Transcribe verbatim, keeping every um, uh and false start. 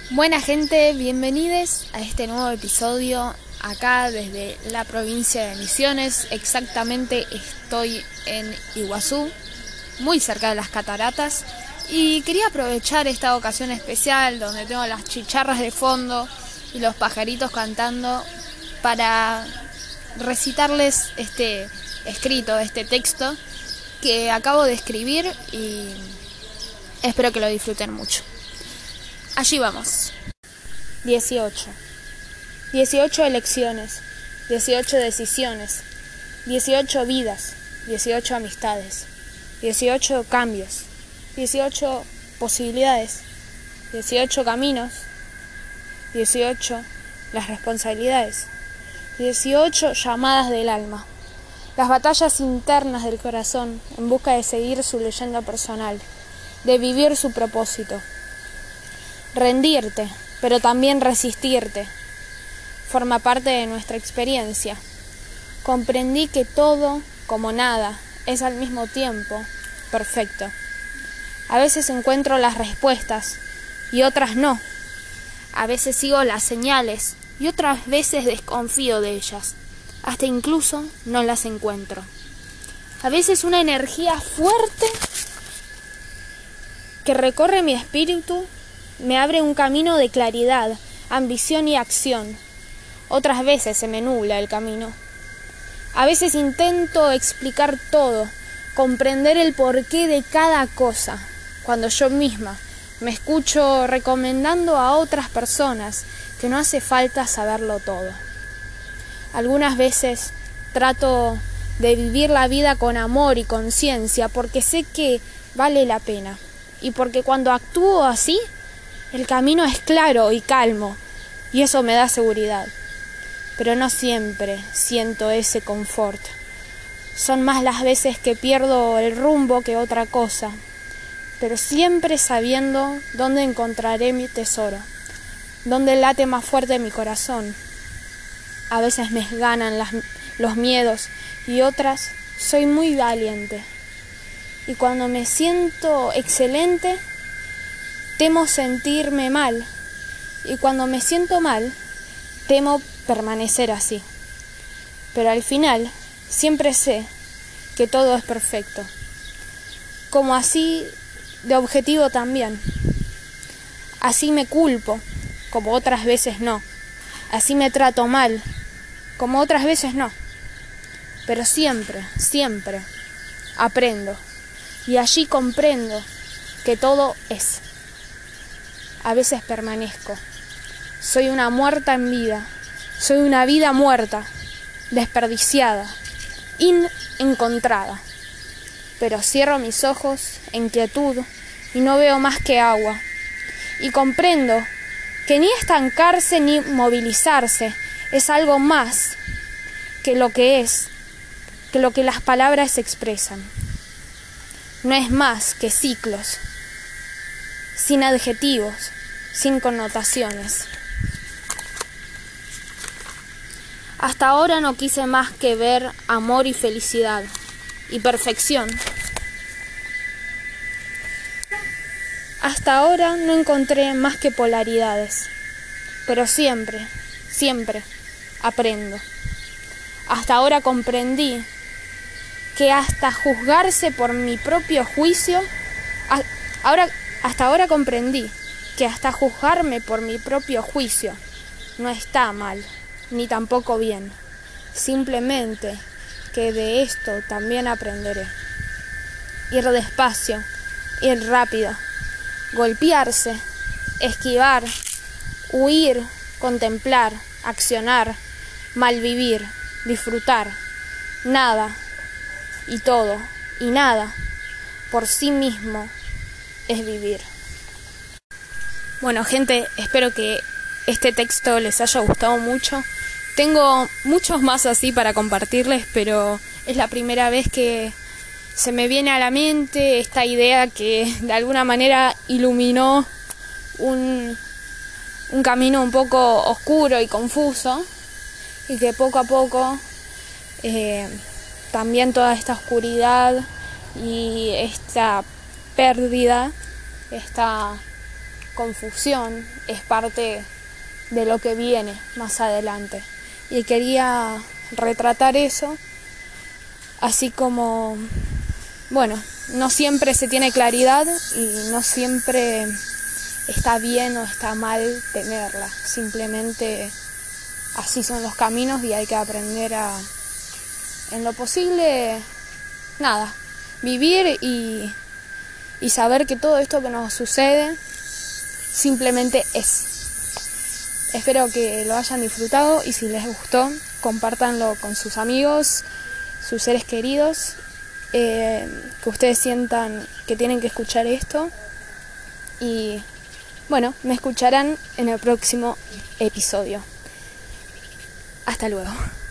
Buena gente, bienvenidos a este nuevo episodio acá desde la provincia de Misiones. Exactamente estoy en Iguazú, muy cerca de las cataratas, y quería aprovechar esta ocasión especial donde tengo las chicharras de fondo y los pajaritos cantando para recitarles este escrito, este texto que acabo de escribir y espero que lo disfruten mucho. Allí vamos. dieciocho. dieciocho elecciones, dieciocho decisiones, dieciocho vidas, dieciocho amistades, dieciocho cambios, dieciocho posibilidades, dieciocho caminos, dieciocho las responsabilidades, dieciocho llamadas del alma, las batallas internas del corazón en busca de seguir su leyenda personal, de vivir su propósito. Rendirte, pero también resistirte, forma parte de nuestra experiencia. Comprendí que todo, como nada, es al mismo tiempo perfecto. A veces encuentro las respuestas y otras no. A veces sigo las señales y otras veces desconfío de ellas. Hasta incluso no las encuentro. A veces una energía fuerte que recorre mi espíritu me abre un camino de claridad, ambición y acción. Otras veces se me nubla el camino. A veces intento explicar todo, comprender el porqué de cada cosa, cuando yo misma me escucho recomendando a otras personas que no hace falta saberlo todo. Algunas veces trato de vivir la vida con amor y conciencia porque sé que vale la pena y porque cuando actúo así, el camino es claro y calmo, y eso me da seguridad. Pero no siempre siento ese confort. Son más las veces que pierdo el rumbo que otra cosa, pero siempre sabiendo dónde encontraré mi tesoro, dónde late más fuerte mi corazón. A veces me ganan las, los miedos y otras soy muy valiente. Y cuando me siento excelente, temo sentirme mal, y cuando me siento mal, temo permanecer así. Pero al final, siempre sé que todo es perfecto, como así de objetivo también. Así me culpo, como otras veces no. Así me trato mal, como otras veces no. Pero siempre, siempre aprendo, y allí comprendo que todo es. A veces permanezco. Soy una muerta en vida. Soy una vida muerta, desperdiciada, inencontrada. Pero cierro mis ojos en quietud y no veo más que agua. Y comprendo que ni estancarse ni movilizarse es algo más que lo que es, que lo que las palabras expresan. No es más que ciclos, sin adjetivos, sin connotaciones. Hasta ahora no quise más que ver amor y felicidad y perfección. Hasta ahora no encontré más que polaridades, pero siempre, siempre aprendo. Hasta ahora comprendí que hasta juzgarse por mi propio juicio, ahora Hasta ahora comprendí que hasta juzgarme por mi propio juicio no está mal, ni tampoco bien. Simplemente que de esto también aprenderé. Ir despacio, ir rápido, golpearse, esquivar, huir, contemplar, accionar, malvivir, disfrutar. Nada y todo y nada por sí mismo es vivir. Bueno, gente, espero que este texto les haya gustado mucho. Tengo muchos más así para compartirles, pero es la primera vez que se me viene a la mente esta idea que de alguna manera iluminó un, un camino un poco oscuro y confuso, y que poco a poco eh, también toda esta oscuridad y esta pérdida, esta confusión es parte de lo que viene más adelante. Y quería retratar eso, así como, bueno, no siempre se tiene claridad y no siempre está bien o está mal tenerla. Simplemente así son los caminos y hay que aprender a, en lo posible, nada, vivir y, y saber que todo esto que nos sucede simplemente es. Espero que lo hayan disfrutado y si les gustó, compártanlo con sus amigos, sus seres queridos, eh, que ustedes sientan que tienen que escuchar esto. Y bueno, me escucharán en el próximo episodio. Hasta luego.